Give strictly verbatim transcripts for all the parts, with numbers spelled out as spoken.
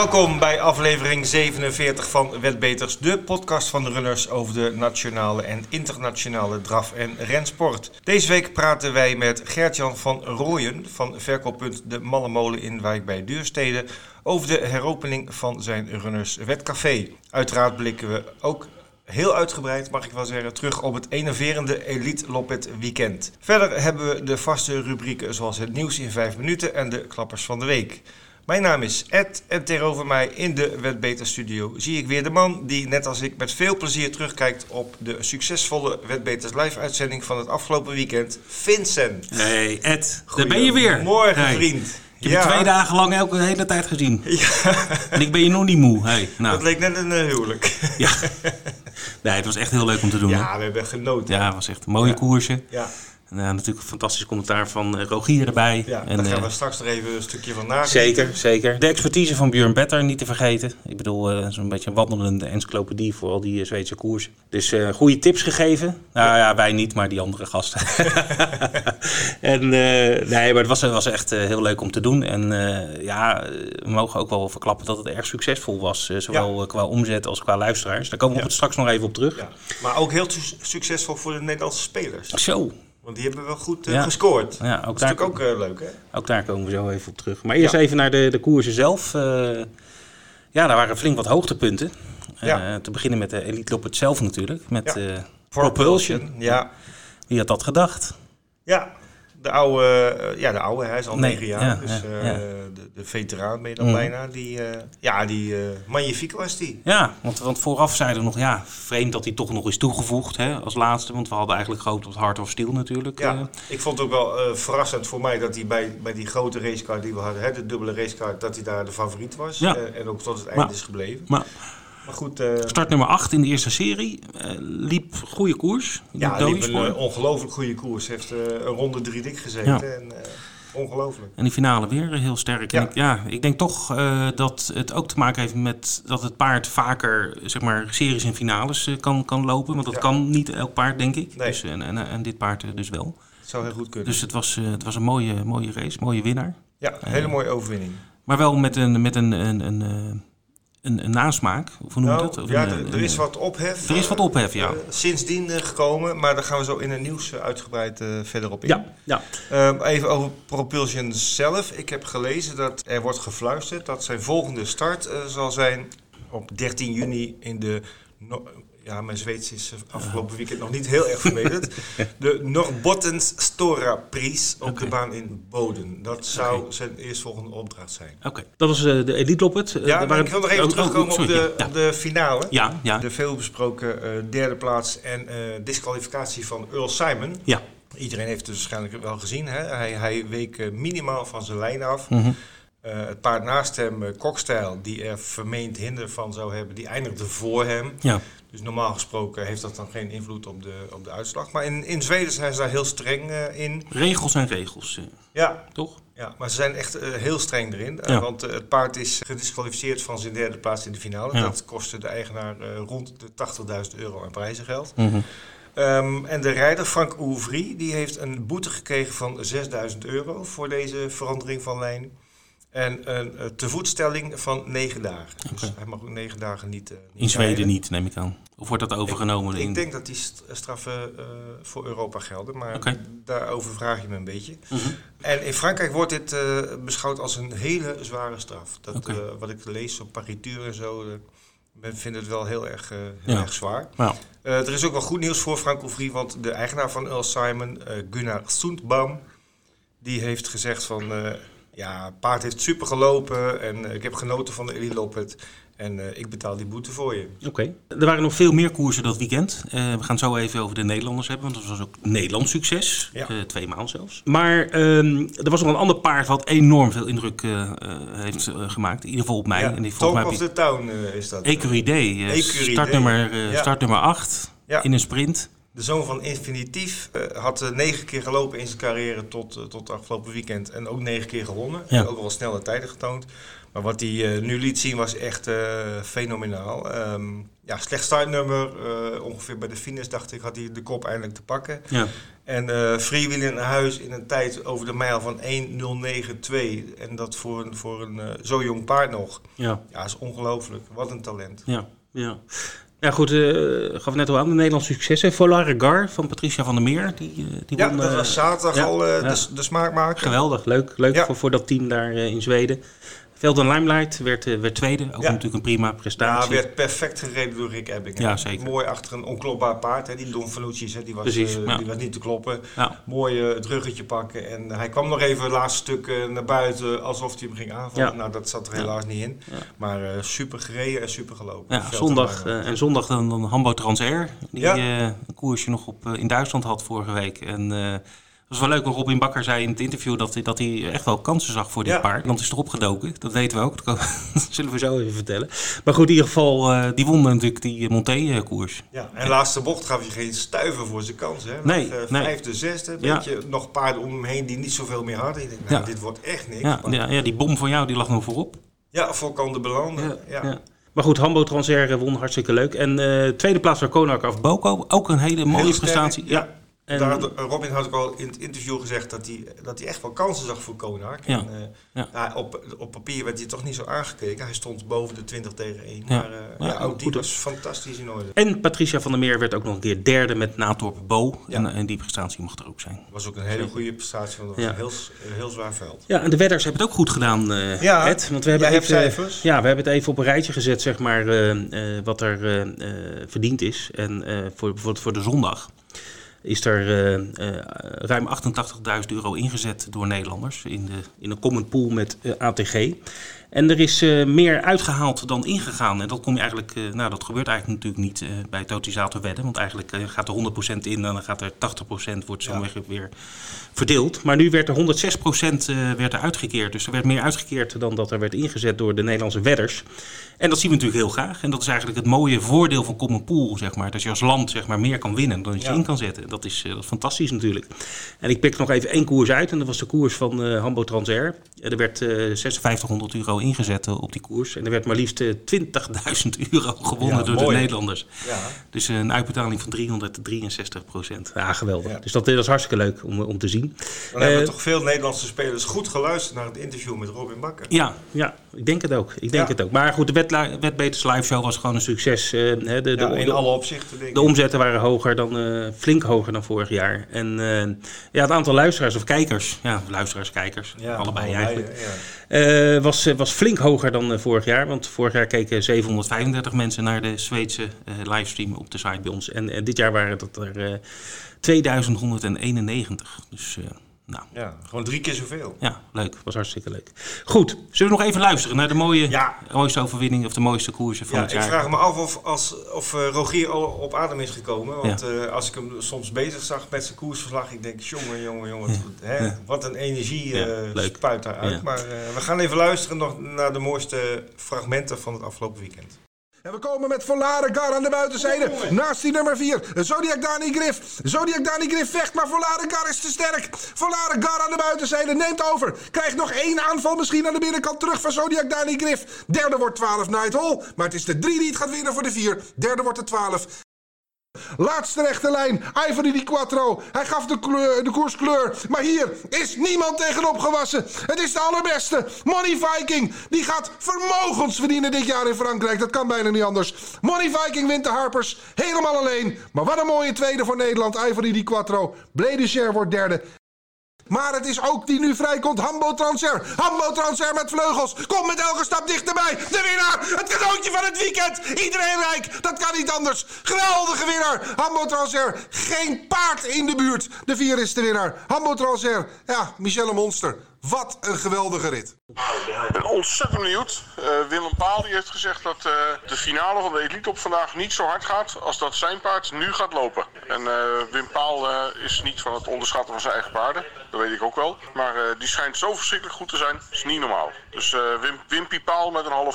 Welkom bij aflevering zevenenveertig van Wetbeters, de podcast van de runners over de nationale en internationale draf- en rensport. Deze week praten wij met Gert-Jan van Rooyen van verkooppunt De Malle Molen in Wijk bij Duurstede over de heropening van zijn runners wetcafé. Uiteraard blikken we ook heel uitgebreid, mag ik wel zeggen, terug op het enerverende Elite Loppet weekend. Verder hebben we de vaste rubrieken zoals het nieuws in vijf minuten en de klappers van de week. Mijn naam is Ed en tegenover mij in de Wetbeters studio zie ik weer de man die net als ik met veel plezier terugkijkt op de succesvolle Wetbeters live uitzending van het afgelopen weekend, Vincent. Hey Ed, daar ben je weer. Morgen hey. vriend. Ik heb je ja. twee dagen lang elke hele tijd gezien. Ja. En ik ben je nog niet moe. Hey, nou. Dat leek net een uh, huwelijk. Ja. Nee, het was echt heel leuk om te doen. Ja, hè? we hebben genoten. Ja, het was echt een mooie ja. koersje. Ja. En, uh, natuurlijk een fantastisch commentaar van uh, Rogier erbij. Ja, en, daar gaan uh, we straks nog even een stukje van nadenken. Zeker, zeker. De expertise van Björn Better niet te vergeten. Ik bedoel, uh, zo'n beetje een wandelende encyclopedie voor al die uh, Zweedse koersen. Dus uh, goede tips gegeven. Nou ja. ja, wij niet, maar die andere gasten. en uh, nee, maar het was, was echt uh, heel leuk om te doen. En uh, ja, we mogen ook wel verklappen dat het erg succesvol was. Uh, zowel ja. qua omzet als qua luisteraars. Daar komen we ja. straks nog even op terug. Ja. Maar ook heel su- succesvol voor de Nederlandse spelers. Zo. Want die hebben wel goed uh, ja. gescoord. Ja, ook dat is daar natuurlijk ook uh, leuk, hè? Ook daar komen we zo even op terug. Maar eerst ja. even naar de, de koersen zelf. Uh, ja, daar waren flink wat hoogtepunten. Uh, ja. Te beginnen met de Elite Loppet zelf natuurlijk. Met ja. uh, Propulsion. Propulsion. Ja. Wie had dat gedacht? Ja, de oude, uh, ja, de oude, hij is al nee, negen jaar. Ja, dus uh, ja. de, de veteraan ben je dan mm. bijna. Die, uh, ja, die uh, magnifiek was die. Ja, want, want vooraf zeiden we nog, ja, vreemd dat hij toch nog is toegevoegd hè, als laatste. Want we hadden eigenlijk gehoopt op het Heart of Steel natuurlijk. Ja, uh. ik vond het ook wel uh, verrassend voor mij dat hij bij, bij die grote racecard die we hadden, hè, de dubbele racecard, dat hij daar de favoriet was. Ja. Uh, en ook tot het maar, eind is gebleven. Maar, Maar goed, uh, start nummer acht in de eerste serie. Uh, liep goede koers. Ja, liep een uh, ongelooflijk goede koers. Heeft uh, een ronde drie dik gezeten. Ja. En, uh, ongelooflijk. En die finale weer heel sterk. Ja, en ik, ja, ik denk toch uh, dat het ook te maken heeft met dat het paard vaker zeg maar, series en finales uh, kan, kan lopen. Want dat ja. kan niet elk paard, denk ik. Nee. Dus, en, en, en dit paard uh, dus wel. Het zou heel goed kunnen. Dus het was, uh, het was een mooie, mooie race, mooie winnaar. Ja, een hele uh, mooie overwinning. Maar wel met een... Met een, een, een uh, Een, een nasmaak, hoe noem je nou, dat? Of ja, een, er, een, er is wat ophef. Er is wat ophef, ja. Uh, sindsdien uh, gekomen, maar daar gaan we zo in het nieuws uh, uitgebreid uh, verder op in. Ja, ja. Uh, even over Propulsion zelf. Ik heb gelezen dat er wordt gefluisterd dat zijn volgende start uh, zal zijn op dertien juni in de... No- Ja, mijn Zweeds is afgelopen weekend nog niet heel erg verbeterd. De Norrbottens Stora Prijs op okay. de baan in Boden. Dat zou okay. zijn eerstvolgende opdracht zijn. Oké, okay. Dat was uh, de Elite Loppet. Uh, ja, maar ik wil nog even oh, terugkomen oh, op, de, ja. op de finale. Ja, ja. De veelbesproken uh, derde plaats en uh, disqualificatie van Earl Simon. Ja. Iedereen heeft het waarschijnlijk wel gezien. Hè? Hij, hij week uh, minimaal van zijn lijn af. Mm-hmm. Uh, het paard naast hem, uh, Cockstyle, die er vermeend hinder van zou hebben, die eindigde voor hem. Ja. Dus normaal gesproken heeft dat dan geen invloed op de, op de uitslag. Maar in, in Zweden zijn ze daar heel streng uh, in. Regels zijn regels. Uh, ja. Toch? Ja, maar ze zijn echt uh, heel streng erin. Uh, ja. Want uh, het paard is gedisqualificeerd van zijn derde plaats in de finale. Ja. Dat kostte de eigenaar uh, rond de tachtigduizend euro aan prijzengeld. Mm-hmm. Um, en de rijder Frank Ouvry, die heeft een boete gekregen van zesduizend euro voor deze verandering van lijn. En een uh, tevoetstelling van negen dagen. Okay. Dus hij mag ook negen dagen niet, uh, niet in Zweden rijden. niet, neem ik aan. Of wordt dat overgenomen? Ik, in... ik denk dat die straffen uh, voor Europa gelden. Maar okay. daarover vraag je me een beetje. Mm-hmm. En in Frankrijk wordt dit uh, beschouwd als een hele zware straf. Dat, okay. uh, wat ik lees op parituur en zo... Uh, men vindt het wel heel erg, uh, heel ja. erg zwaar. Ja. Uh, er is ook wel goed nieuws voor Frank Ouvry. Want de eigenaar van Earl Simon, uh, Gunnar Sundbaum... die heeft gezegd van... Uh, Ja, het paard heeft super gelopen en uh, ik heb genoten van de Elite Loppet. En uh, ik betaal die boete voor je. Oké. Okay. Er waren nog veel meer koersen dat weekend. Uh, we gaan het zo even over de Nederlanders hebben, want dat was ook Nederlands succes. Ja. Uh, twee maal zelfs. Maar um, er was nog een ander paard wat enorm veel indruk uh, uh, heeft uh, gemaakt. In ieder geval op mij. Ja, en die Top of the Town uh, is dat. Ecuride. Uh, startnummer, uh, ja. startnummer acht ja. in een sprint. De zoon van Infinitief uh, had uh, negen keer gelopen in zijn carrière tot, uh, tot afgelopen weekend. En ook negen keer gewonnen. Ja. En ook wel snelle tijden getoond. Maar wat hij uh, nu liet zien was echt uh, fenomenaal. Um, ja, slecht startnummer. Uh, ongeveer bij de finish dacht ik, had hij de kop eindelijk te pakken. Ja. En uh, freewheelen naar huis in een tijd over de mijl van één nul negen twee. En dat voor een, voor een uh, zo jong paard nog. Ja, ja, is ongelooflijk. Wat een talent. Ja, ja. Ja, goed, uh, gaf net al aan, de Nederlandse successen. Volare Gar van Patricia van der Meer. Die, uh, die ja, won, dat was zaterdag ja, al uh, ja. de, de smaakmaker. Geweldig, leuk, leuk ja. voor, voor dat team daar uh, in Zweden. Velden Limelight werd, uh, werd tweede, ook ja. natuurlijk een prima prestatie. Ja, werd perfect gereden door Rick Ebbing. Ja, zeker. Mooi achter een onklopbaar paard, hè. Die Don Fanucci's, hè. Die, was, Precies, uh, ja. die was niet te kloppen. Ja. Mooi uh, het ruggetje pakken. En hij kwam nog even het laatste stuk uh, naar buiten, alsof hij hem ging aanvallen. Ja. Nou, dat zat er helaas ja. niet in. Ja. Maar uh, super gereden en super gelopen. Ja, zondag, uh, en zondag dan, dan Hambo Transair, die ja. uh, een koersje nog op, uh, in Duitsland had vorige week. En... Uh, Het was wel leuk, Robin Bakker zei in het interview dat hij, dat hij echt wel kansen zag voor dit ja. paard. Want is erop gedoken, dat weten we ook. Dat, kan, dat zullen we zo even vertellen. Maar goed, in ieder geval, uh, die won natuurlijk die Monté-koers. Ja, en de laatste bocht gaf je geen stuiver voor zijn kans. Hè? Nee, Met, uh, nee. Vijfde, zesde, ja. beetje nog paarden om hem heen die niet zoveel meer hadden. Ik denk, nou, ja. dit wordt echt niks. Ja, ja, ja, die bom van jou, die lag nog voorop. Ja, Volkan de belanden. Ja, ja. ja. Maar goed, Hambo Transair won hartstikke leuk. En uh, tweede plaats voor Konak af Boko. Ook een hele mooie Heel prestatie. Sterk, ja. ja. En Daar had, Robin had ook al in het interview gezegd dat hij, dat hij echt wel kansen zag voor Konak. Ja. En, uh, ja. Ja, op, op papier werd hij toch niet zo aangekeken. Hij stond boven de twintig tegen één. Ja. Maar uh, ja, ja, ook die goed. was fantastisch in orde. En Patricia van der Meer werd ook nog een keer derde met Natorp Bo. Ja. En, en die prestatie mocht er ook zijn. Dat was ook een hele goede prestatie, want dat was ja. een heel, heel zwaar veld. Ja, en de wedders hebben het ook goed gedaan, uh, ja. Ed. Want we hebben Jij even, hebt cijfers. Ja, we hebben het even op een rijtje gezet, zeg maar, uh, uh, wat er uh, uh, verdiend is. En uh, voor, bijvoorbeeld voor de zondag is er uh, uh, ruim achtentachtigduizend euro ingezet door Nederlanders in, de, in een common pool met uh, A T G. En er is uh, meer uitgehaald dan ingegaan. En dat kom je eigenlijk, uh, nou, dat gebeurt eigenlijk natuurlijk niet uh, bij totalisator wedden. Want eigenlijk uh, gaat er honderd procent in en dan gaat er tachtig procent wordt zo ja. weer verdeeld. Maar nu werd er honderdzes procent uh, werd er uitgekeerd. Dus er werd meer uitgekeerd dan dat er werd ingezet door de Nederlandse wedders. En dat zien we natuurlijk heel graag. En dat is eigenlijk het mooie voordeel van common pool, zeg maar. Dat je als land, zeg maar, meer kan winnen dan dat je ja. in kan zetten. Dat is, uh, dat is fantastisch natuurlijk. En ik pik nog even één koers uit. En dat was de koers van uh, Hambo Transair. Er werd uh, zesduizend euro ingezet uh, op die koers. En er werd maar liefst uh, twintigduizend euro gewonnen ja, door mooi. de Nederlanders. Ja. Dus uh, een uitbetaling van driehonderddrieënzestig procent. Ja, geweldig. Ja. Dus dat, dat is hartstikke leuk om, om te zien. Dan uh, hebben toch veel Nederlandse spelers goed geluisterd naar het interview met Robin Bakker. Ja, ja, ik denk het ook. Ik denk ja. het ook. Maar goed, de Wetla- Wetbeters Live Show was gewoon een succes. Uh, de, de, ja, in de, alle opzichten. Denk de omzetten waren hoger dan, uh, flink hoger dan vorig jaar. En uh, ja, het aantal luisteraars of kijkers, ja, luisteraars, kijkers, ja, allebei, allebei eigenlijk, ja. uh, was, was flink hoger dan uh, vorig jaar. Want vorig jaar keken zevenhonderdvijfendertig mensen naar de Zweedse uh, livestream op de site bij ons. En uh, dit jaar waren dat er uh, tweeduizend honderdeenennegentig. Dus... Uh, Nou. Ja, gewoon drie keer zoveel. Ja, leuk. Was hartstikke leuk. Goed, zullen we nog even luisteren naar de mooie, ja. mooiste overwinning of de mooiste koersen van ja, het jaar? Ik vraag me af of, als, of uh, Rogier al op adem is gekomen. Want ja. uh, als ik hem soms bezig zag met zijn koersverslag, ik denk, jongen, jongen, jongen, ja. hè, ja. wat een energie uh, ja, spuit daaruit. Ja. Maar uh, we gaan even luisteren nog naar de mooiste fragmenten van het afgelopen weekend. En we komen met Volare Gar aan de buitenzijde. Oh, naast die nummer vier. Zodiac Dani Griff. Zodiac Dani Griff vecht, maar Volare Gar is te sterk. Volare Gar aan de buitenzijde neemt over. Krijgt nog één aanval misschien aan de binnenkant terug van Zodiac Dani Griff. Derde wordt twaalf Night Hall. Maar het is de drie die het gaat winnen voor de vier. Derde wordt de twaalf. Laatste rechte lijn, Ivory Di Quattro. Hij gaf de, kleur, de koers kleur. Maar hier is niemand tegenop gewassen. Het is de allerbeste. Money Viking. Die gaat vermogens verdienen dit jaar in Frankrijk. Dat kan bijna niet anders. Money Viking wint de Harpers. Helemaal alleen. Maar wat een mooie tweede voor Nederland. Ivory Di Quattro. Bledischer wordt derde. Maar het is ook die nu vrijkomt. Hambo Transair. Hambo Transair met vleugels. Komt met elke stap dichterbij. De winnaar. Het cadeautje van het weekend. Iedereen rijk. Dat kan niet anders. Geweldige winnaar. Hambo Transair. Geen paard in de buurt. De vier is de winnaar. Hambo Transair. Ja, Michelle Monster. Wat een geweldige rit. Ik ben ontzettend benieuwd. Uh, Willem Paal die heeft gezegd dat uh, de finale van de Elite op vandaag niet zo hard gaat als dat zijn paard nu gaat lopen. En uh, Wim Paal uh, is niet van het onderschatten van zijn eigen paarden. Dat weet ik ook wel. Maar uh, die schijnt zo verschrikkelijk goed te zijn. Dat is niet normaal. Dus uh, Wim, Wimpy Paal met een halve baan.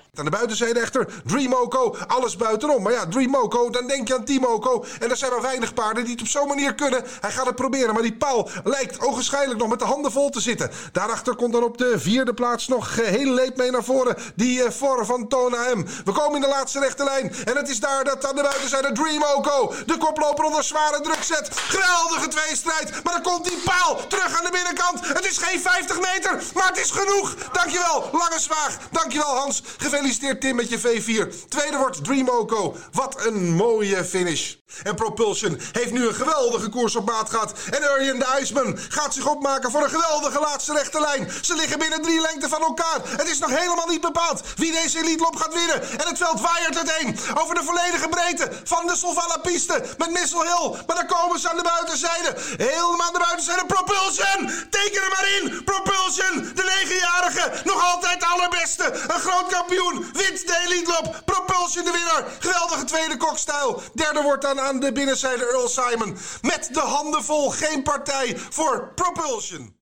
Aan de buitenzijde echter Dreamoko, alles buitenom. Maar ja, Dreamoko, dan denk je aan Timoko. En er zijn maar weinig paarden die het op zo'n manier kunnen. Hij gaat het proberen, maar die paal lijkt ogenschijnlijk nog met de handen vol te zitten. Daarachter komt dan op de vierde plaats nog uh, heel leep mee naar voren. Die uh, voor van Tona M. We komen in de laatste rechte lijn. En het is daar dat aan de buitenzijde Dreamoko de koploper onder zware druk zet. Geweldige tweestrijd. Maar dan komt die paal terug aan de binnenkant. Het is geen vijftig meter, maar het is genoeg. Dankjewel, Lange Zwaag. Dankjewel, Hans. Gefeliciteerd, Tim, met je V vier. Tweede wordt Dreamoko. Wat een mooie finish. En Propulsion heeft nu een geweldige koers op maat gehad. En Urjan de IJsman gaat zich opmaken voor een geweldige laatste rechte lijn. Ze liggen binnen drie lengten van elkaar. Het is nog helemaal niet bepaald wie deze Elite Loop gaat winnen. En het veld waaiert uiteen over de volledige breedte van de Solvalla piste met Missile Hill. Maar dan komen ze aan de buitenzijde. Helemaal aan de buitenzijde. Propulsion! Teken er maar in! Propulsion! De negenjarige, nog altijd de allerbeste. Een groot kampioen, wint de Elite Loop. Propulsion de winnaar. Geweldige tweede kokstijl. Derde wordt dan aan de binnenzijde Earl Simon. Met de handen vol, geen partij voor Propulsion.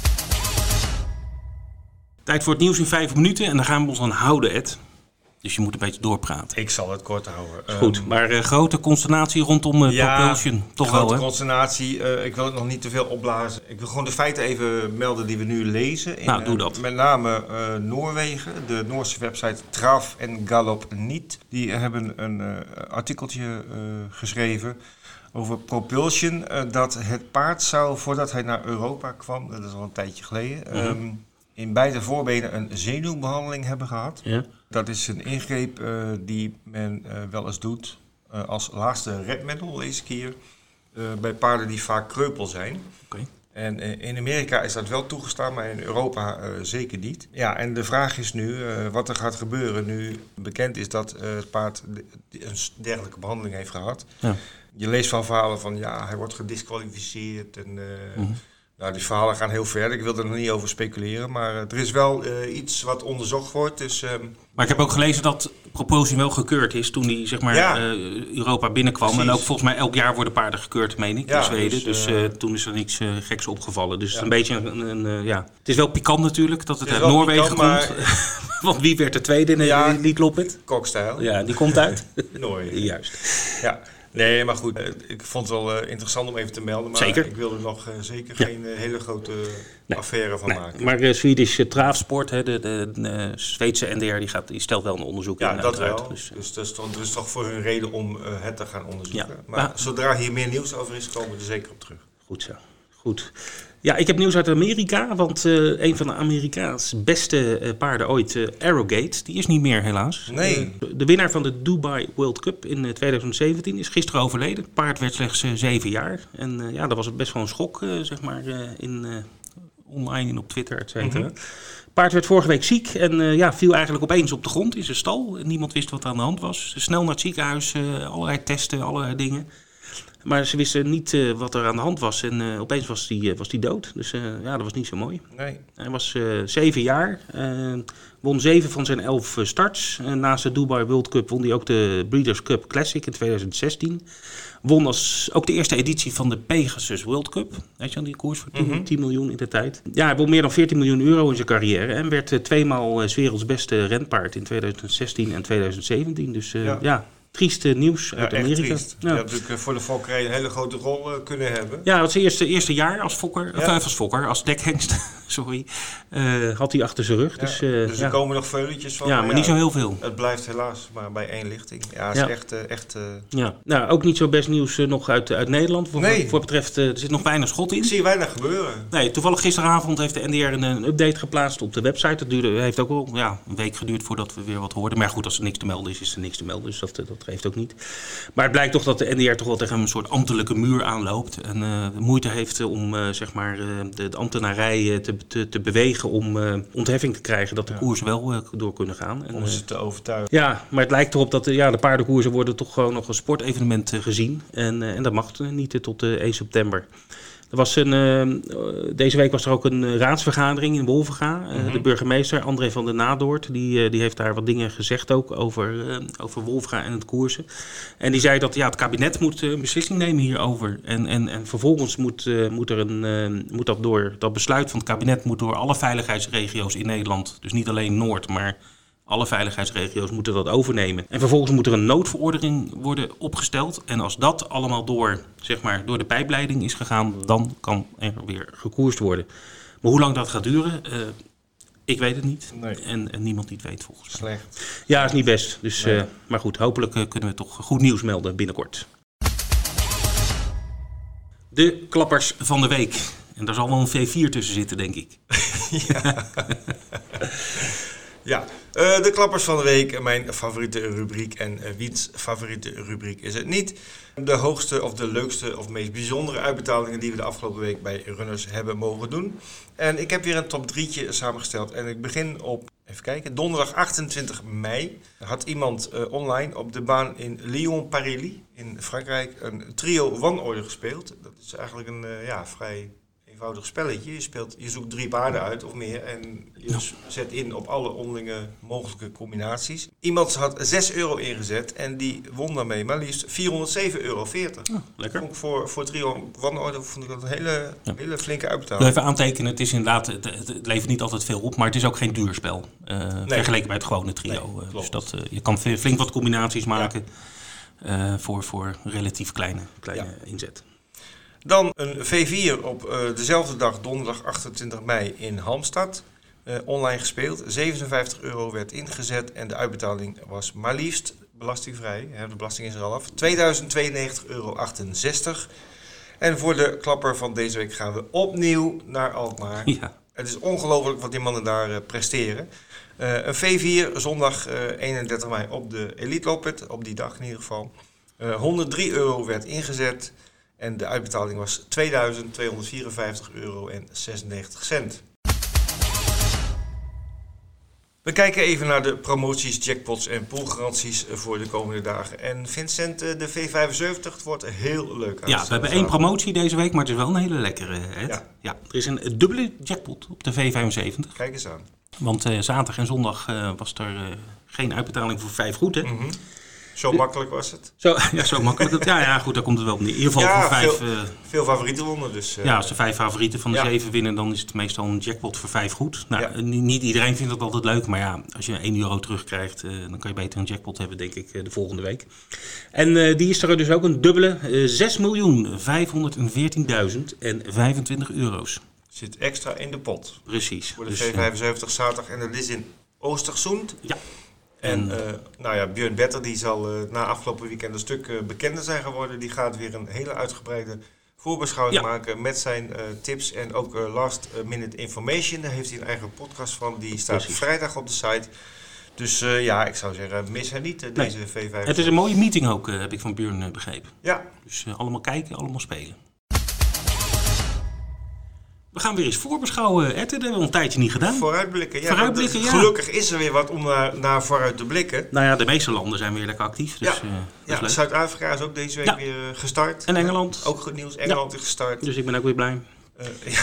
Tijd voor het nieuws in vijf minuten en dan gaan we ons aan houden, Ed. Dus je moet een beetje doorpraten. Ik zal het kort houden. Goed, um, maar uh, grote consternatie rondom uh, ja, Propulsion. Toch grote wel, hè? consternatie. Uh, ik wil het nog niet te veel opblazen. Ik wil gewoon de feiten even melden die we nu lezen. In, nou, doe dat. Uh, met name uh, Noorwegen, de Noorse website Trav en Galop Niet. Die hebben een uh, artikeltje uh, geschreven over Propulsion. Uh, dat het paard zou, voordat hij naar Europa kwam, dat is al een tijdje geleden, mm-hmm. um, in beide voorbenen een zenuwbehandeling hebben gehad. Ja. Dat is een ingreep uh, die men uh, wel eens doet uh, als laatste redmiddel, lees ik hier, uh, bij paarden die vaak kreupel zijn. Okay. En uh, in Amerika is dat wel toegestaan, maar in Europa uh, zeker niet. Ja, en de vraag is nu uh, wat er gaat gebeuren nu bekend is dat uh, het paard de, een dergelijke behandeling heeft gehad. Ja. Je leest van verhalen van ja, hij wordt gedisqualificeerd en uh, mm-hmm. Nou, die verhalen gaan heel ver. Ik wil er nog niet over speculeren. Maar uh, er is wel uh, iets wat onderzocht wordt. Dus, um... Maar ik heb ook gelezen dat Propulsion wel gekeurd is toen hij zeg maar, ja. uh, Europa binnenkwam. Precies. En ook volgens mij elk jaar worden paarden gekeurd, meen ik, ja, in Zweden. Dus, dus uh, toen is er niks uh, geks opgevallen. Dus ja. een beetje een, een, een, ja. Het is wel pikant natuurlijk dat het, het uit Noorwegen pikant, komt. Maar... Want wie werd de tweede in de ja, Elite Loppet? Kokstijl. Ja, die komt uit. Noorwegen. Juist. Ja. Nee, maar goed, ik vond het wel uh, interessant om even te melden. Maar zeker. Ik wil er nog uh, zeker ja. geen uh, hele grote nee. affaire van nee. maken. Maar uh, Swedish uh, Travsport, hè, de, de, de Zweedse N D R, die, gaat, die stelt wel een onderzoek ja, in. Ja, dat wel. Dus, dus dat is, toch, dat is toch voor hun reden om uh, het te gaan onderzoeken. Ja. Maar ah. zodra hier meer nieuws over is, komen we er zeker op terug. Goed zo. Goed. Ja, ik heb nieuws uit Amerika, want uh, een van de Amerikaans beste uh, paarden ooit, uh, Arrogate, die is niet meer helaas. Nee. Uh, de winnaar van de Dubai World Cup in uh, twintig zeventien is gisteren overleden. Het paard werd slechts uh, zeven jaar. En uh, ja, dat was best wel een schok, uh, zeg maar, uh, in, uh, online en op Twitter, et cetera. Mm-hmm. Het paard werd vorige week ziek en uh, ja, viel eigenlijk opeens op de grond in zijn stal. Niemand wist wat er aan de hand was. Snel naar het ziekenhuis, uh, allerlei testen, allerlei dingen. Maar ze wisten niet uh, wat er aan de hand was en uh, opeens was hij uh, was die dood. Dus uh, ja, dat was niet zo mooi. Nee. Hij was uh, zeven jaar, uh, won zeven van zijn elf uh, starts. Uh, naast de Dubai World Cup won hij ook de Breeders' Cup Classic in twintig zestien. Won als ook de eerste editie van de Pegasus World Cup. Weet je wel, die koers voor tien, mm-hmm. tien miljoen in de tijd. Ja, hij won meer dan veertien miljoen euro in zijn carrière. En werd uh, tweemaal uh, 's werelds beste renpaard in twintig zestien en twintig zeventien. Dus uh, ja... ja. Trieste nieuws uit ja, Amerika. Triest. Ja, had natuurlijk voor de fokkerij een hele grote rol uh, kunnen hebben. Ja, het eerste, eerste jaar als fokker, ja. of als fokker, als dekhengst, sorry, uh, had hij achter zijn rug. Ja, dus, uh, dus er ja. komen nog veuletjes van. Ja, maar ja, niet zo heel veel. Het blijft helaas maar bij één lichting. Ja, het is ja. echt... Uh, echt uh... ja. Nou, ook niet zo best nieuws uh, nog uit, uit Nederland. Voor, nee. voor betreft, uh, er zit nog weinig schot in. Ik zie weinig gebeuren. Nee, toevallig gisteravond heeft de N D R een, een update geplaatst op de website. Dat duurde, heeft ook wel ja, een week geduurd voordat we weer wat hoorden. Maar goed, als er niks te melden is, is er niks te melden. Dus dat, dat geeft ook niet. Maar het blijkt toch dat de N D R toch wel tegen een soort ambtelijke muur aanloopt. En uh, moeite heeft om uh, zeg maar, uh, de, de ambtenarij uh, te, te, te bewegen om uh, ontheffing te krijgen dat de ja. koers wel uh, door kunnen gaan. En, om ze te overtuigen. Ja, maar het lijkt erop dat uh, ja, de paardenkoersen worden toch gewoon nog een sportevenement uh, gezien. En, uh, en dat mag uh, niet uh, tot uh, één september. Er was een, uh, deze week was er ook een uh, raadsvergadering in Wolvenga. Uh, mm-hmm. De burgemeester André van der Nadoort, die, uh, die heeft daar wat dingen gezegd ook over, uh, over Wolvenga en het koersen. En die zei dat ja, het kabinet moet uh, een beslissing nemen hierover. En, en, en vervolgens moet, uh, moet, er een, uh, moet dat door, dat besluit van het kabinet moet door alle veiligheidsregio's in Nederland. Dus niet alleen Noord, maar Alle veiligheidsregio's moeten dat overnemen. En vervolgens moet er een noodverordening worden opgesteld. En als dat allemaal door, zeg maar, door de pijpleiding is gegaan, dan kan er weer gekoerst worden. Maar hoe lang dat gaat duren, uh, ik weet het niet. Nee. En, en niemand die het weet volgens mij. Slecht. Ja, is niet best. Dus, Nee. uh, maar goed, hopelijk uh, kunnen we toch goed nieuws melden binnenkort. De klappers van de week. En daar zal wel een V vier tussen zitten, denk ik. Ja, ja. Uh, de klappers van de week, mijn favoriete rubriek. En uh, wiens favoriete rubriek is het niet? De hoogste of de leukste of meest bijzondere uitbetalingen die we de afgelopen week bij Runners hebben mogen doen. En ik heb weer een top drietje samengesteld. En ik begin op, even kijken, donderdag achtentwintig mei had iemand uh, online op de baan in Lyon-Parilly in Frankrijk een trio wanorde gespeeld. Dat is eigenlijk een uh, ja, vrij eenvoudig spelletje. Je, speelt, je zoekt drie paarden uit of meer en je zet in op alle onderlinge mogelijke combinaties. Iemand had zes euro ingezet en die won daarmee maar liefst vierhonderdzeven euro veertig. Oh, lekker. Vond ik voor, voor trio wanorde vond ik dat een hele, Ja. hele flinke Ik wil uitbetaling. even aantekenen, het is inderdaad, het, het, het levert niet altijd veel op, maar het is ook geen duur spel. Uh, vergeleken bij het gewone trio. Nee, Uh, klopt. dus dat, uh, je kan v- flink wat combinaties maken uh, voor, voor relatief kleine, kleine Ja. inzet. Dan een V vier op uh, dezelfde dag, donderdag achtentwintig mei in Halmstad. Uh, online gespeeld. zevenenvijftig euro werd ingezet en de uitbetaling was maar liefst belastingvrij. Hè, de belasting is er al af. tweeduizend tweeënnegentig euro achtenzestig. En voor de klapper van deze week gaan we opnieuw naar Alkmaar. Ja. Het is ongelooflijk wat die mannen daar uh, presteren. Uh, een V vier zondag uh, eenendertig mei op de Elite Loppet, op die dag in ieder geval. Uh, honderddrie euro werd ingezet en de uitbetaling was tweeduizend tweehonderdvierenvijftig euro en zesennegentig cent. We kijken even naar de promoties, jackpots en poolgaranties voor de komende dagen. En Vincent, de V vijfenzeventig, het wordt heel leuk. Ja, we hebben één promotie deze week, maar het is wel een hele lekkere. Ed. Ja. Ja, er is een dubbele jackpot op de V vijfenzeventig. Kijk eens aan. Want uh, zaterdag en zondag uh, was er uh, geen uitbetaling voor vijf goed, hè? Mm-hmm. Zo makkelijk was het. Zo, ja, zo makkelijk. Dat, ja, ja, goed, daar komt het wel op neer. In ieder geval Ja, voor vijf... veel, uh, veel favorieten wonnen. Dus, uh, ja, als de vijf favorieten van de ja. zeven winnen, dan is het meestal een jackpot voor vijf goed. Nou, Ja. niet, niet iedereen vindt dat altijd leuk, maar ja, als je één euro terugkrijgt, uh, dan kan je beter een jackpot hebben, denk ik, uh, de volgende week. En uh, die is er dus ook een dubbele, uh, zes miljoen vijfhonderdveertienduizend vijfentwintig euro's. zit extra in de pot. Precies. Voor de Dus, V vijfenzeventig zaterdag en dat is in Oosterzoend. Ja. En En- uh, nou ja, Björn Better die zal uh, na afgelopen weekend een stuk uh, bekender zijn geworden. Die gaat weer een hele uitgebreide voorbeschouwing Ja. maken met zijn uh, tips en ook uh, last minute information. Daar heeft hij een eigen podcast van. Die staat Precies. vrijdag op de site. Dus uh, ja, ik zou zeggen, mis haar niet, uh, deze V vijfenzeventig. Het is een mooie meeting ook, uh, heb ik van Björn uh, begrepen. Ja, Dus uh, allemaal kijken, allemaal spelen. We gaan weer eens voorbeschouwen, Ed. Dat hebben we al een tijdje niet gedaan. vooruitblikken. Ja, Vooruitblikken, want, ja. Gelukkig is er weer wat om naar, naar vooruit te blikken. Nou ja, de meeste landen zijn weer lekker actief. Dus, Ja. uh, dat is Ja, leuk. Zuid-Afrika is ook deze week Ja. weer uh, gestart. En Engeland. Ook goed nieuws, Engeland is gestart. Dus ik ben ook weer blij. Uh, ja.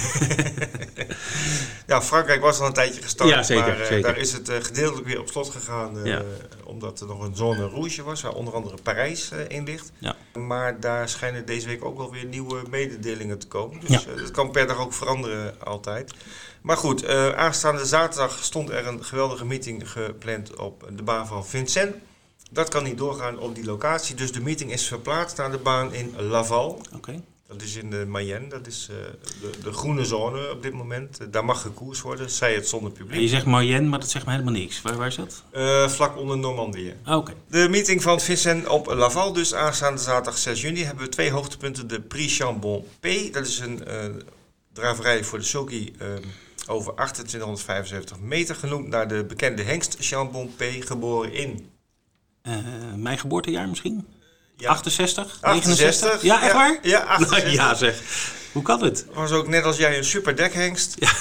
ja, Frankrijk was al een tijdje gestart, Ja, zeker, maar uh, zeker. daar is het uh, gedeeltelijk weer op slot gegaan, uh, Ja. omdat er nog een zone rouge was, waar onder andere Parijs uh, in ligt. Ja. Maar daar schijnen deze week ook wel weer nieuwe mededelingen te komen, dus Ja. uh, dat kan per dag ook veranderen altijd. Maar goed, uh, aanstaande zaterdag stond er een geweldige meeting gepland op de baan van Vincennes. Dat kan niet doorgaan op die locatie, dus de meeting is verplaatst naar de baan in Laval. Oké. Okay. Dat is in de Mayenne, dat is uh, de, de groene zone op dit moment. Uh, daar mag gekoerst worden, zij het zonder publiek. Je zegt Mayenne, maar dat zegt me helemaal niks. Waar, waar is dat? Uh, vlak onder Normandië. Ah, Oké. Okay. De meeting van Vincennes op Laval, dus aanstaande zaterdag zes juni, hebben we twee hoogtepunten. De Prix Chambon P, dat is een uh, draverij voor de sulky uh, over achtentwintighonderdvijfenzeventig meter, genoemd naar de bekende hengst Chambon P, geboren in... Uh, mijn geboortejaar misschien? Ja. achtenzestig? achtenzestig? negenenzestig? Ja, echt waar? Ja, achtenzestig. Ja, zeg. Hoe kan het? Was ook net als jij een superdekhengst. Ja.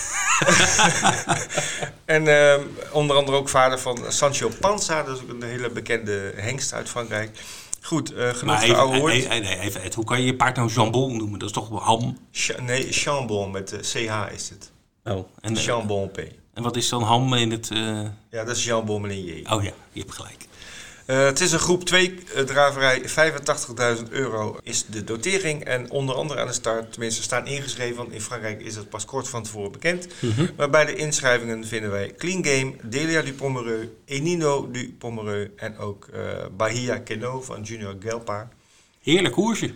en uh, onder andere ook vader van Sancho Panza, dat is ook een hele bekende hengst uit Frankrijk. Goed, uh, genoeg Maar even, geouwehoerd. even, even, even, Ed, hoe kan je je paard nou jambon noemen? Dat is toch wel ham? Ch- nee, Chambon met de C H is het. Oh, en, Chambon P. en wat is dan ham in het... Uh... Ja, dat is Jean Beaumelier. Oh ja, je hebt gelijk. Uh, het is een groep twee uh, draverij, vijfentachtigduizend euro is de dotering. En onder andere aan de start, tenminste staan ingeschreven, want in Frankrijk is dat pas kort van tevoren bekend. Mm-hmm. Maar bij de inschrijvingen vinden wij Clean Game, Delia du Pomereux, Enino du Pomereux en ook uh, Bahia Keno van Junior Gelpa. Heerlijk koersje.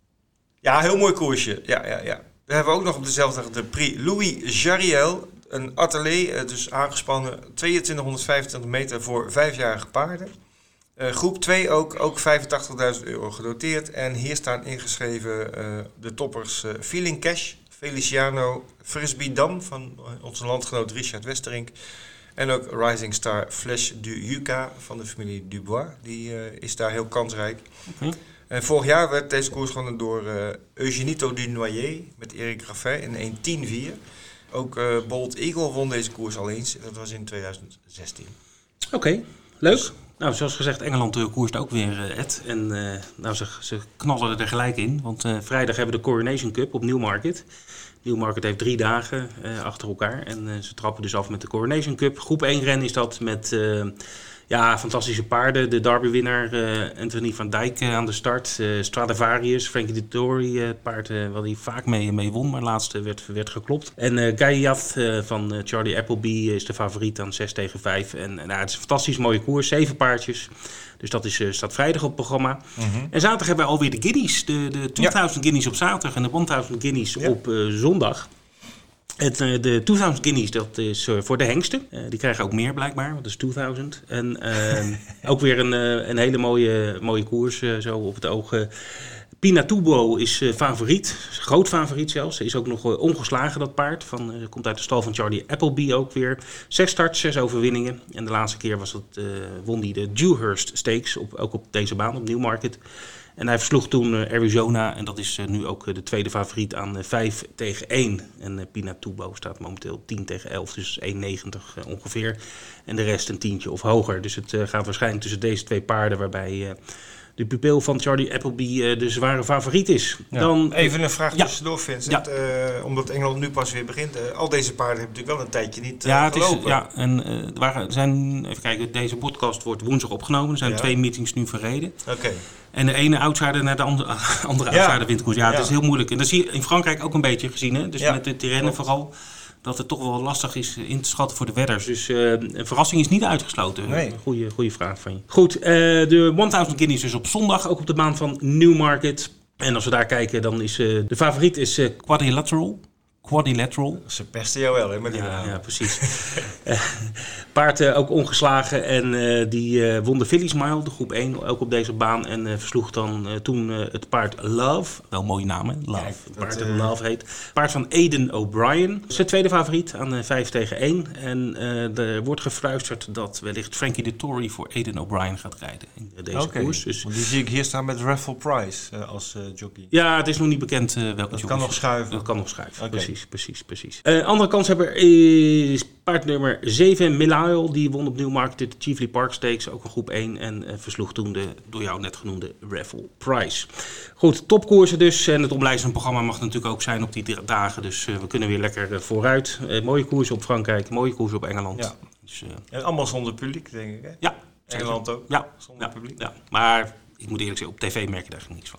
Ja, heel mooi koersje. Ja, ja, ja. We hebben ook nog op dezelfde dag de Prix Louis Jariel. Een atelier, dus aangespannen tweeëntwintighonderdvijfentwintig meter voor vijfjarige paarden. Uh, groep twee ook, ook vijfentachtigduizend euro gedoteerd. En hier staan ingeschreven uh, de toppers uh, Feeling Cash, Feliciano Frisbee Dam van onze landgenoot Richard Westerink. En ook Rising Star Flash du Yucca van de familie Dubois. Die uh, is daar heel kansrijk. Okay. En vorig jaar werd deze koers gewonnen door uh, Eugenito du Noyer met Eric Raffin in één tien vier. Ook uh, Bold Eagle won deze koers al eens. Dat was in tweeduizend zestien. Oké, okay, leuk. Dus, nou, zoals gezegd, Engeland uh, koerst ook weer, uh, Ed. En uh, nou, ze, ze knallen er gelijk in. Want uh, vrijdag hebben we de Coronation Cup op Newmarket. Newmarket heeft drie dagen uh, achter elkaar. En uh, ze trappen dus af met de Coronation Cup. Groep één ren is dat met... Uh, Ja, fantastische paarden. De Derby-winnaar uh, Anthony van Dijk uh, aan de start. Uh, Stradivarius, Frankie Dettori, uh, het paard uh, waar hij vaak mee, mee won, maar laatste werd, werd geklopt. En uh, Gaillath uh, van uh, Charlie Appleby is de favoriet aan zes tegen vijf. En uh, nou, het is een fantastisch mooie koers, zeven paardjes. Dus dat is, uh, staat vrijdag op het programma. Mm-hmm. En zaterdag hebben we alweer de guineas. De, de tweeduizend ja. guineas op zaterdag en de honderdduizend guineas ja. op uh, zondag. Het, de tweeduizend guineas, dat is uh, voor de hengsten. Uh, die krijgen ook meer blijkbaar, want dat is tweeduizend. En uh, ook weer een, uh, een hele mooie, mooie koers, uh, zo op het oog. Uh, Pinatubo is uh, favoriet, groot favoriet zelfs. Is ook nog uh, ongeslagen, dat paard. Van, uh, komt uit de stal van Charlie Appleby ook weer. Zes starts, zes overwinningen. En de laatste keer was het, uh, won hij de Dewhurst Stakes, op, ook op deze baan, op Newmarket. En hij versloeg toen uh, Arizona en dat is uh, nu ook uh, de tweede favoriet aan uh, vijf tegen één. En uh, Pinatubo staat momenteel tien tegen elf, dus één negentig uh, ongeveer. En de rest een tientje of hoger. Dus het uh, gaat waarschijnlijk tussen deze twee paarden, waarbij uh, de pupil van Charlie Appleby uh, de zware favoriet is. Ja. Dan, Even een vraag ja. tussendoor, Vincent. Ja. Uh, omdat Engeland nu pas weer begint. Uh, al deze paarden hebben natuurlijk wel een tijdje niet uh, ja, gelopen. Het is, ja, en uh, er waren, zijn, even kijken, deze podcast wordt woensdag opgenomen. Er zijn ja. twee meetings nu verreden. Oké. Okay. En de ene outsider naar de andere, andere ja. outsider wint koers. Ja, ja, het is heel moeilijk. En dat zie je in Frankrijk ook een beetje gezien. Hè? Dus ja. met de Tirrenen vooral. Dat het toch wel lastig is in te schatten voor de wedders. Dus uh, een verrassing is niet uitgesloten. Nee. Goeie, goeie vraag van je. Goed, uh, de honderdduizend guineas dus op zondag. Ook op de baan van Newmarket. En als we daar kijken, dan is uh, de favoriet is uh, Quadrilateral. Quadrilateral. Ze pesten jou wel, hè, met die ja, naam. Ja, precies. uh, paard uh, ook ongeslagen en uh, die uh, won de Phillies Mile, de groep één, ook op deze baan. En uh, versloeg dan uh, toen uh, het paard Love. Wel een mooie naam, hè? Love. Ja, het paard dat uh... Love heet. Paard van Aidan O'Brien. Zijn tweede favoriet aan uh, vijf tegen één. En uh, er wordt gefluisterd dat wellicht Frankie Dettori voor Aidan O'Brien gaat rijden in uh, deze okay. koers. Dus die zie ik hier staan met Raffle Price uh, als uh, jockey. Ja, het is nog niet bekend uh, welke dat kan nog schuiven. Dat kan nog schuiven, okay. precies. Precies, precies. Uh, andere kanshebber is paard nummer zeven, Milail. Die won op Newmarket de Chiefly Park Stakes, ook een groep één. En uh, versloeg toen de door jou net genoemde Raffle Price. Goed, topkoersen dus. En het omlijstend programma mag natuurlijk ook zijn op die dagen. Dus uh, we kunnen weer lekker uh, vooruit. Uh, mooie koersen op Frankrijk, mooie koersen op Engeland. Ja. Dus, uh, en allemaal zonder publiek, denk ik. Hè? Ja. Engeland ook? Ja. Zonder ja. publiek? Ja. Maar ik moet eerlijk zeggen, op tv merk je daar niks van.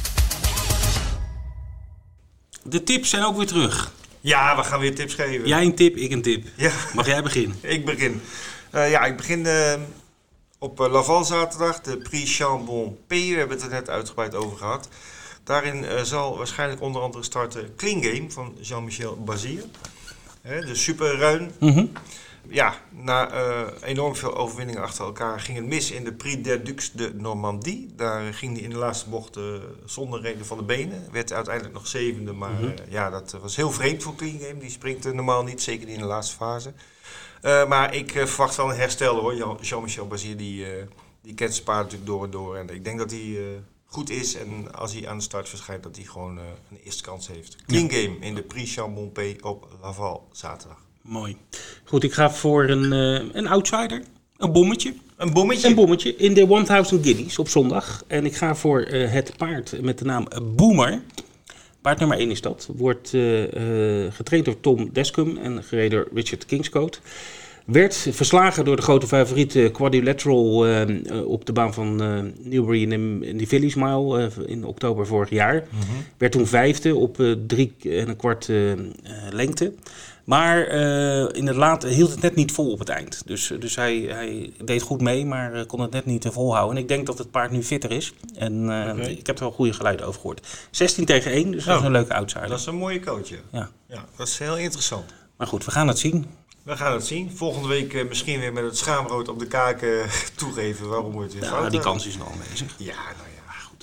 De tips zijn ook weer terug. Ja, we gaan weer tips geven. Jij een tip, ik een tip. Ja. Mag jij beginnen? Ik begin. Uh, ja, ik begin uh, op uh, Laval zaterdag, de Prix Chambon P. We hebben het er net uitgebreid over gehad. Daarin uh, zal waarschijnlijk onder andere starten Clean Game van Jean-Michel Bazir. Uh, de super ruin. Mm-hmm. Ja, na uh, enorm veel overwinningen achter elkaar ging het mis in de Prix des Ducs de Normandie. Daar ging hij in de laatste bocht uh, zonder reden van de benen. Werd uiteindelijk nog zevende, maar mm-hmm. uh, ja, dat was heel vreemd voor Clean Game. Die springt uh, normaal niet, zeker niet in de laatste fase. Uh, maar ik uh, verwacht wel een herstel hoor. Jean-Michel Bazir die, uh, die kent zijn paard natuurlijk door en door. En ik denk dat hij uh, goed is en als hij aan de start verschijnt dat hij gewoon uh, een eerste kans heeft. Clean ja. Game in de Prix Chambon P op Laval zaterdag. Mooi. Goed, ik ga voor een, uh, een outsider. Een bommetje. Een bommetje? Een bommetje in de honderdduizend guineas op zondag. En ik ga voor uh, het paard met de naam Boomer. Paard nummer één is dat. Wordt uh, uh, getraind door Tom Descum en gereden door Richard Kingscote. Werd verslagen door de grote favoriet uh, Quadrilateral uh, uh, op de baan van uh, Newbury in, in de Phillies Mile uh, in oktober vorig jaar. Mm-hmm. Werd toen vijfde op uh, drie en een kwart uh, uh, lengte. Maar uh, in het laat hield het net niet vol op het eind. Dus, dus hij, hij deed goed mee, maar uh, kon het net niet uh, volhouden. En ik denk dat het paard nu fitter is. En uh, okay. ik heb er wel goede geluiden over gehoord. zestien tegen één, dus oh, dat is een leuke outsider. Dat is een mooie coach, ja. ja. Ja, dat is heel interessant. Maar goed, we gaan het zien. We gaan het zien. Volgende week uh, misschien weer met het schaamrood op de kaken uh, toegeven waarom we het weer ja, fout die kans is nog aanwezig. Ja, nou ja, goed.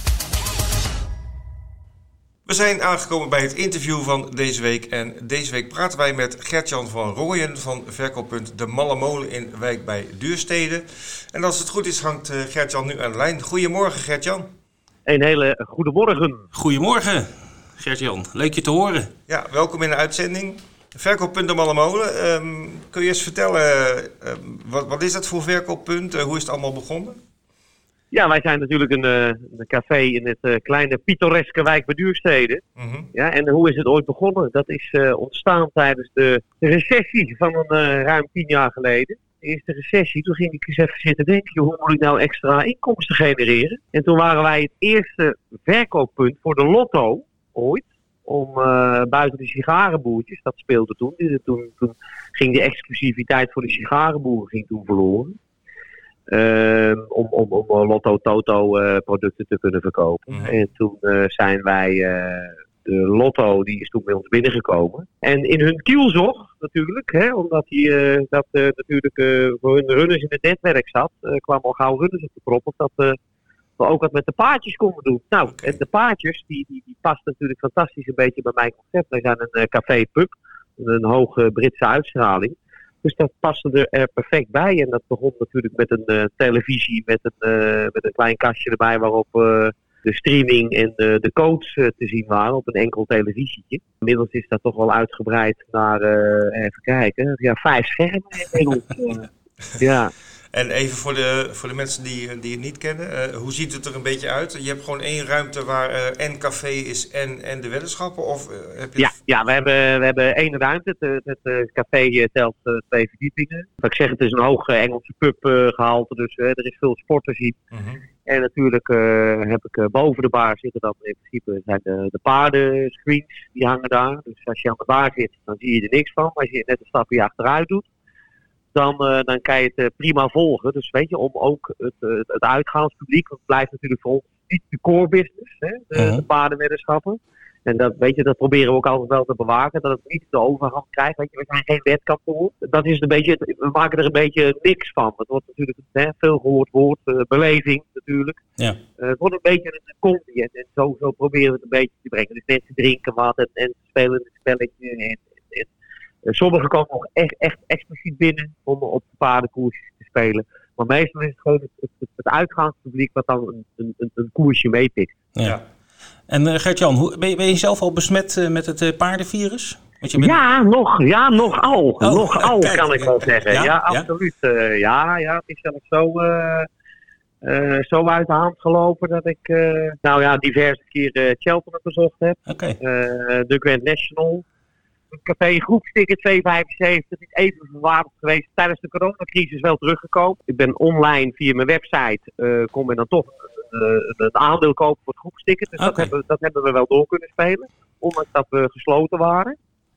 We zijn aangekomen bij het interview van deze week. En deze week praten wij met Gert-Jan van Rooyen van verkooppunt De Malle Molen in Wijk bij Duurstede. En als het goed is hangt uh, Gert-Jan nu aan de lijn. Goedemorgen Gert-Jan. Een hele goede morgen. Goedemorgen Gert-Jan, leuk je te horen. Ja, welkom in de uitzending. Verkooppunt De Malle Molen. Um, kun je eens vertellen, uh, wat, wat is dat voor verkooppunt? Uh, hoe is het allemaal begonnen? Ja, wij zijn natuurlijk een, uh, een café in het uh, kleine pittoreske Wijk bij Duurstede. Mm-hmm. Ja, en hoe is het ooit begonnen? Dat is uh, ontstaan tijdens de recessie van een uh, ruim tien jaar geleden. De eerste recessie, toen ging ik eens even zitten denken, hoe moet ik nou extra inkomsten genereren? En toen waren wij het eerste verkooppunt voor de lotto ooit. Om uh, buiten de sigarenboertjes, dat speelde toen. toen. Toen ging de exclusiviteit voor de sigarenboeren ging toen verloren. Uh, om, om, om Lotto Toto uh, producten te kunnen verkopen. Mm. En toen uh, zijn wij, uh, de Lotto, die is toen bij ons binnengekomen. En in hun kielzog natuurlijk, hè, omdat die, uh, dat uh, natuurlijk uh, voor hun runners in het netwerk zat, uh, kwamen al gauw runners op de prop. Of dat uh, we ook wat met de paardjes konden doen. Nou, okay. En de paardjes, die, die, die past natuurlijk fantastisch een beetje bij mijn concept. Wij zijn een uh, café-pub, een hoge Britse uitstraling. Dus dat paste er perfect bij. En dat begon natuurlijk met een uh, televisie, met een, uh, met een klein kastje erbij waarop uh, de streaming en uh, de codes uh, te zien waren op een enkel televisietje. Inmiddels is dat toch wel uitgebreid naar, uh, even kijken, ja, vijf schermen inmiddels. Ja. En even voor de, voor de mensen die, die het niet kennen, uh, hoe ziet het er een beetje uit? Je hebt gewoon één ruimte waar uh, en café is en, en de weddenschappen? Of, uh, heb je ja, ja, we hebben, we hebben één ruimte. Het, het, het café uh, telt uh, twee verdiepingen. Wat ik zeg, het is een hoge Engelse pub uh, gehalte, dus uh, er is veel sport te zien. Mm-hmm. En natuurlijk uh, heb ik uh, boven de bar zitten dan in principe zijn de, de paardenscreens, die hangen daar. Dus als je aan de bar zit, dan zie je er niks van. Maar als je net een stapje achteruit doet, Dan, uh, dan kan je het uh, prima volgen. Dus weet je, om ook het, het, het uitgaanspubliek, want het blijft natuurlijk voor ons niet de core business, hè, de, uh-huh. de paardenweddenschappen. En dat, weet je, dat proberen we ook altijd wel te bewaken, dat het niet de overhand krijgt. Weet je, we zijn geen wetkantoor. Dat is een beetje, we maken er een beetje niks van. Het wordt natuurlijk een hè, veel gehoord woord, uh, beleving natuurlijk. Ja. Uh, het wordt een beetje een combi en, en zo, zo proberen we het een beetje te brengen. Dus mensen drinken wat en, en spelen een spelletje en, en Uh, sommigen komen nog echt, echt expliciet binnen om op de paardenkoersjes te spelen. Maar meestal is het gewoon het, het, het uitgaanspubliek wat dan een, een, een koersje meepikt. Ja. Ja. En uh, Gert-Jan, ben je, ben je zelf al besmet uh, met het uh, paardenvirus? Want je bent... Ja, nog, ja, nog al. Oh, nog al kijk, kan ik wel zeggen. Ja, ja, ja absoluut. Ja? Uh, ja, ja, het is zelfs zo, uh, uh, zo uit de hand gelopen dat ik uh, nou ja, diverse keren uh, Cheltenham bezocht heb. Okay. Uh, de Grand National. Het café groepsticket twee vijfenzeventig is even verwaardigd geweest tijdens de coronacrisis wel teruggekomen. Ik ben online via mijn website, uh, kon men dan toch uh, een aandeel kopen voor het groepsticket. Dus okay. dat, hebben, dat hebben we wel door kunnen spelen, ondanks dat we gesloten waren.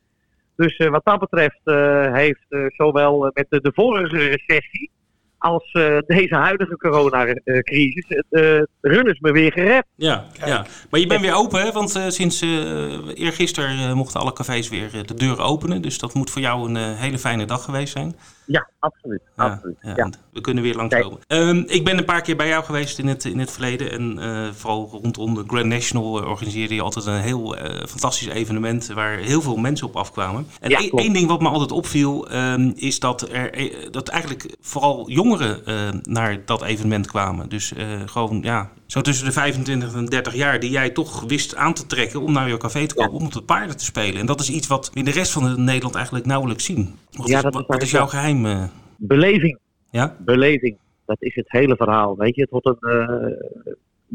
Dus uh, wat dat betreft uh, heeft uh, zowel uh, met de, de vorige recessie als uh, deze huidige coronacrisis uh, uh, runners me weer gered. Ja, ja, maar je bent weer open, hè? Want uh, sinds uh, eergisteren uh, mochten alle cafés weer uh, de deuren openen. Dus dat moet voor jou een uh, hele fijne dag geweest zijn. Ja, absoluut. Ja, absoluut. Ja, ja. We kunnen weer langskomen. Um, ik ben een paar keer bij jou geweest in het, in het verleden. En uh, vooral rondom de Grand National uh, organiseerde je altijd een heel uh, fantastisch evenement waar heel veel mensen op afkwamen. En ja, één e- ding wat me altijd opviel um, is dat er uh, dat eigenlijk vooral jongeren uh, naar dat evenement kwamen. Dus uh, gewoon ja, zo tussen de vijfentwintig en dertig jaar die jij toch wist aan te trekken om naar jouw café te komen, ja. om op de paarden te spelen. En dat is iets wat we in de rest van Nederland eigenlijk nauwelijks zien. Wat ja, is, dat is, wat is jouw geheim? Uh... Beleving. Ja? Beleving. Dat is het hele verhaal. Weet je, het wordt een, uh,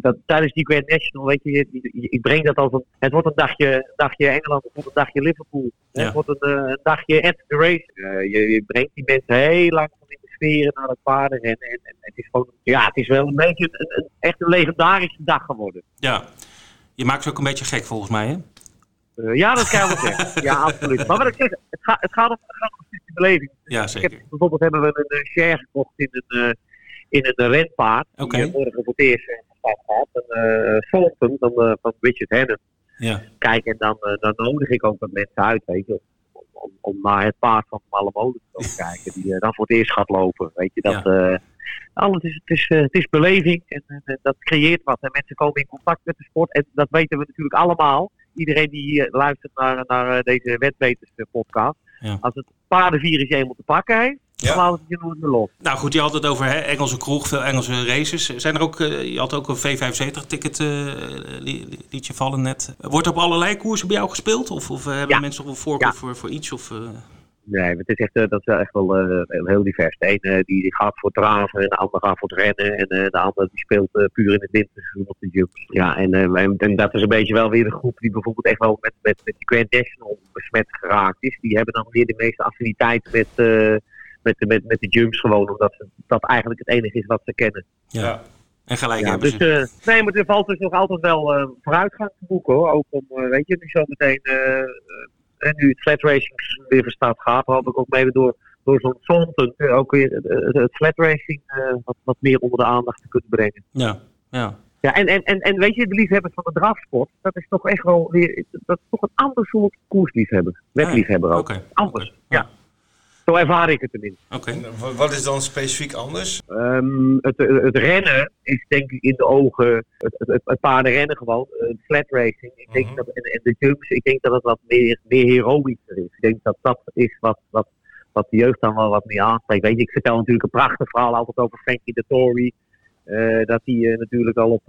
dat, tijdens die Grand National, weet je, je, je, ik breng dat als een, het wordt een dagje, een dagje Engeland, het wordt een dagje Liverpool. Ja. Het wordt een, uh, een dagje at the race. Uh, je, je brengt die mensen heel langzaam in de sferen naar het paardenrennen. En, en het is gewoon, ja, het is wel een beetje een, een, echt een legendarische dag geworden. Ja, je maakt ze ook een beetje gek volgens mij, hè? Uh, ja, dat kan je wel zeggen. Ja, absoluut. Maar wat ik zeg, het gaat, het gaat om, het gaat om een stukje beleving. Ja, zeker. Ik heb, bijvoorbeeld hebben we een uh, share gekocht in een, uh, in een renpaard. Okay. Die morgen voor het eerst van start gaat. Een uh, Sultan van, uh, van Richard Hannon. Ja. Kijk, en dan, uh, dan nodig ik ook wat mensen uit, weet je. Om, om, om naar het paard van Malle te kijken. Die uh, dan voor het eerst gaat lopen. Weet je, dat... Ja. Uh, alles is, het, is, uh, het is beleving. En uh, dat creëert wat. En mensen komen in contact met de sport. En dat weten we natuurlijk allemaal. Iedereen die hier luistert naar, naar deze Wetbeters podcast. Ja. Als het paardenvirus je eenmaal te pakken heeft, ja. dan laat het je nooit meer los. Nou goed, je had het over hè, Engelse kroeg, veel Engelse races. Zijn er ook, uh, je had ook een V vijfenzeventig ticket uh, liet je vallen net. Wordt er op allerlei koersen bij jou gespeeld? Of, of uh, hebben ja. mensen nog een voorkeur ja. voor, voor iets? Of, uh... Nee, het is echt, uh, dat is echt wel uh, heel divers. De ene uh, die, die gaat voor het draven en de ander gaat voor het rennen. En uh, de andere die speelt uh, puur in het winterseizoen op de jumps. Ja, en, uh, en, en dat is een beetje wel weer de groep die bijvoorbeeld echt wel met, met, met die Grand National besmet geraakt is. Die hebben dan weer de meeste affiniteit met, uh, met, met, met de jumps gewoon. Omdat ze, dat eigenlijk het enige is wat ze kennen. Ja, en gelijk ja, hebben dus, ze. Uh, nee, maar er valt dus nog altijd wel uh, vooruitgang te boeken hoor. Ook om, uh, weet je, nu zo meteen... Uh, uh, En nu het flat racing weer van start gaat, hoop ik ook mede door, door zo'n Sultan ook weer het, het flat racing uh, wat, wat meer onder de aandacht te kunnen brengen. Ja, ja. Ja, en, en, en, en weet je, de liefhebbers van de drafsport, dat is toch echt wel weer, dat is toch een ander soort koersliefhebber. Wetliefhebber ook. Okay. Anders, okay. ja. ja. Zo ervaar ik het tenminste. Okay. Wat is dan specifiek anders? Um, het, het rennen is denk ik in de ogen, het, het, het paardenrennen gewoon, het flat racing. Ik denk uh-huh. dat, en, en de jumps, ik denk dat het wat meer, meer heroïscher is. Ik denk dat dat is wat, wat, wat de jeugd dan wel wat meer aanspreekt. Weet je, ik vertel natuurlijk een prachtig verhaal altijd over Frankie Dettori. Uh, dat hij uh, natuurlijk al op,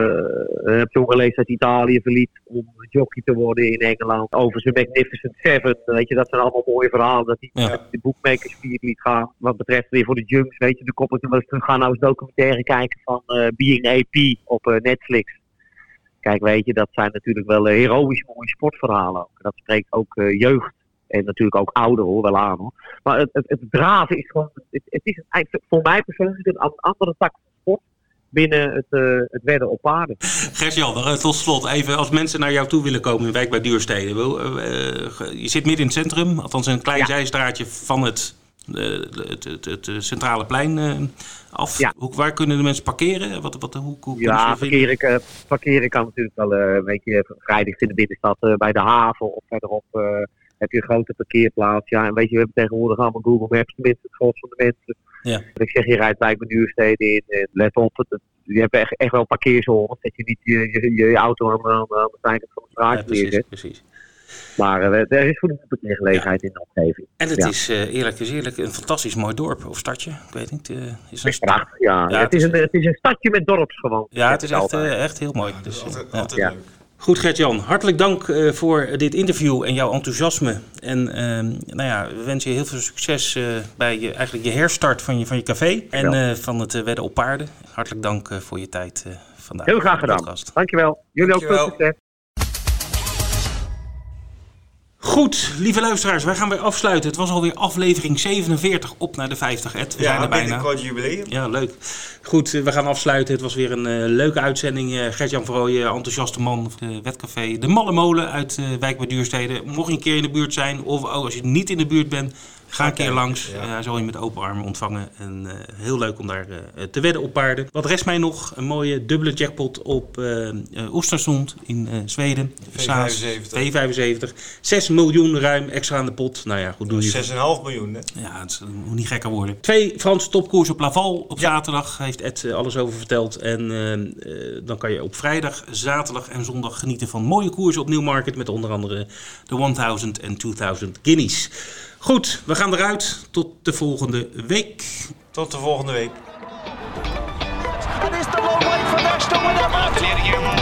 uh, op jonge leeftijd Italië verliet om jockey te worden in Engeland. Over zijn Magnificent Seven, weet je, dat zijn allemaal mooie verhalen. Dat hij ja. de bookmakers vier liet gaan. Wat betreft weer voor de jumps, weet je, de koppel toen we eens terug gaan nou eens documentaire kijken van uh, Being A P op uh, Netflix. Kijk, weet je, dat zijn natuurlijk wel uh, heroïsch mooie sportverhalen ook. Dat spreekt ook uh, jeugd. En natuurlijk ook ouder hoor, wel aan hoor. Maar het, het, het draven is gewoon, het, het is een, voor mij persoonlijk een andere tak van sport binnen het, uh, het wedden op paarden. Gert-Jan, tot slot even, als mensen naar jou toe willen komen in Wijk bij Duurstede. Uh, uh, je zit midden in het centrum, althans een klein ja. zijstraatje van het, uh, het, het, het, het centrale plein uh, af. Ja. Hoe, waar kunnen de mensen parkeren? Wat, wat, hoe, hoe ja, parkeren, uh, parkeren kan natuurlijk wel uh, een beetje vrijdag in de binnenstad uh, bij de haven of verderop. Uh, heb je een grote parkeerplaats. Ja, en weet je, we hebben tegenwoordig allemaal Google Maps, tenminste het gros van de mensen. Ja. Ik zeg, je rijdt bij mijn Duurstede in en let op, het, je hebt echt, echt wel parkeerzones, dat je niet je, je, je auto aan, aan, aan de zijkant van de straat ja, neerzet. Precies. Maar uh, er is voldoende parkeergelegenheid ja. in de omgeving. En het ja. is uh, eerlijk is eerlijk een fantastisch mooi dorp of stadje. Ik weet niet. Uh, is een prachtig, ja. ja. Het, is een, het is een stadje met dorpsgewoon. Ja, het is echt, uh, echt heel mooi. Dus, altijd, ja. altijd ja. leuk. Goed Gert-Jan, hartelijk dank uh, voor dit interview en jouw enthousiasme. En uh, nou ja, we wensen je heel veel succes uh, bij je, eigenlijk je herstart van je, van je café en uh, van het uh, wedden op paarden. Hartelijk dank uh, voor je tijd uh, vandaag. Heel graag gedaan. Podcast. Dankjewel. Jullie Dankjewel. Ook veel succes. Goed, lieve luisteraars, wij gaan weer afsluiten. Het was alweer aflevering zevenenveertig, op naar de vijftig, Ed. We ja, zijn er bijna. binnenkort jubileum. Ja, leuk. Goed, we gaan afsluiten. Het was weer een uh, leuke uitzending. Uh, Gert-Jan Verrooyen, enthousiaste man van de Wetcafé De Malle Molen uit uh, Wijk bij Duurstede. Mocht je een keer in de buurt zijn, of oh, als je niet in de buurt bent, ga een keer langs. Hij ja. uh, zal je met open armen ontvangen. En uh, heel leuk om daar uh, te wedden op paarden. Wat rest mij nog? Een mooie dubbele jackpot op uh, uh, Oestersund in uh, Zweden. V vijfenzeventig. V vijfenzeventig. zes miljoen ruim extra aan de pot. Nou ja, goed doe je. zes komma vijf miljoen, hè? Ja, het moet niet gekker worden. Twee Franse topkoers op Laval op ja. zaterdag. Heeft Ed uh, alles over verteld. En uh, uh, dan kan je op vrijdag, zaterdag en zondag genieten van mooie koersen op Newmarket. Met onder andere de honderd en tweeduizend guineas. Goed, we gaan eruit. Tot de volgende week. Tot de volgende week. Het is de long way for National with that